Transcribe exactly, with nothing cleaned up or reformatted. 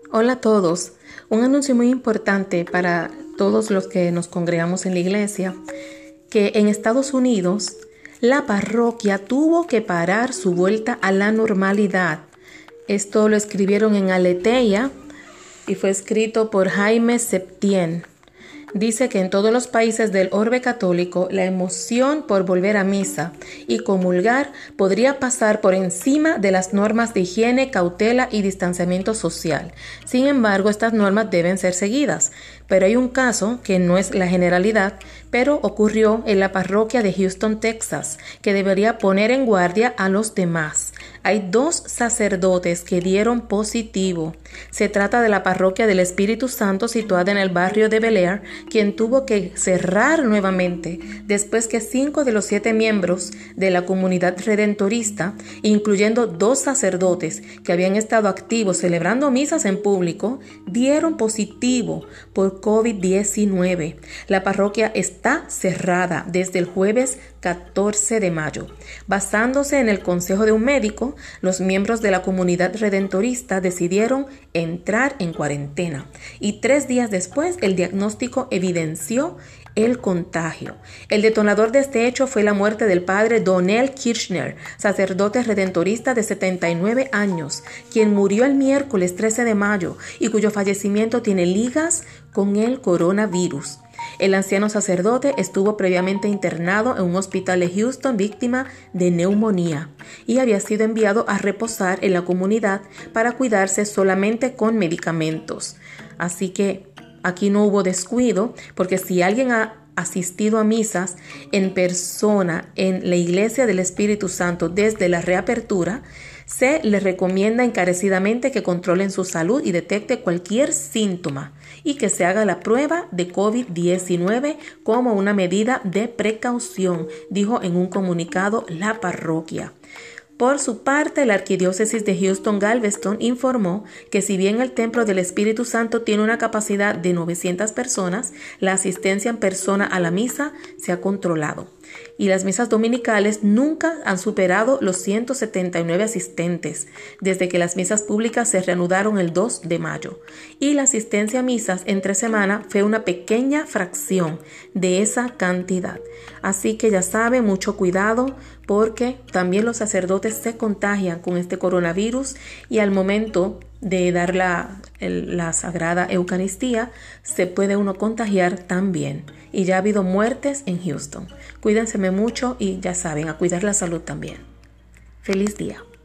Hola a todos. Un anuncio muy importante para todos los que nos congregamos en la iglesia, que en Estados Unidos la parroquia tuvo que parar su vuelta a la normalidad. Esto lo escribieron en Aleteia y fue escrito por Jaime Septien. Dice que en todos los países del orbe católico la emoción por volver a misa y comulgar podría pasar por encima de las normas de higiene, cautela y distanciamiento social. Sin embargo, estas normas deben ser seguidas. Pero hay un caso que no es la generalidad, pero ocurrió en la parroquia de Houston, Texas, que debería poner en guardia a los demás. Hay dos sacerdotes que dieron positivo. Se trata de la parroquia del Espíritu Santo situada en el barrio de Bel Air, quien tuvo que cerrar nuevamente después que cinco de los siete miembros de la comunidad redentorista, incluyendo dos sacerdotes que habían estado activos celebrando misas en público, dieron positivo por COVID diecinueve. La parroquia está cerrada desde el jueves catorce de mayo. Basándose en el consejo de un médico, los miembros de la comunidad redentorista decidieron entrar en cuarentena y tres días después el diagnóstico evidenció el contagio. El detonador de este hecho fue la muerte del padre Donell Kirchner, sacerdote redentorista de setenta y nueve años, quien murió el miércoles trece de mayo y cuyo fallecimiento tiene ligas con el coronavirus. El anciano sacerdote estuvo previamente internado en un hospital de Houston víctima de neumonía y había sido enviado a reposar en la comunidad para cuidarse solamente con medicamentos. Así que aquí no hubo descuido, porque si alguien ha asistido a misas en persona en la Iglesia del Espíritu Santo desde la reapertura, se les recomienda encarecidamente que controlen su salud y detecte cualquier síntoma y que se haga la prueba de COVID diecinueve como una medida de precaución, dijo en un comunicado la parroquia. Por su parte, la Arquidiócesis de Houston-Galveston informó que si bien el Templo del Espíritu Santo tiene una capacidad de novecientas personas, la asistencia en persona a la misa se ha controlado. Y las misas dominicales nunca han superado los ciento setenta y nueve asistentes desde que las misas públicas se reanudaron el dos de mayo. Y la asistencia a misas entre semana fue una pequeña fracción de esa cantidad. Así que ya sabe, mucho cuidado, porque también los sacerdotes se contagian con este coronavirus y al momento de dar la, el, la Sagrada Eucaristía se puede uno contagiar también. Y ya ha habido muertes en Houston. Cuídense mucho y ya saben, a cuidar la salud también. Feliz día.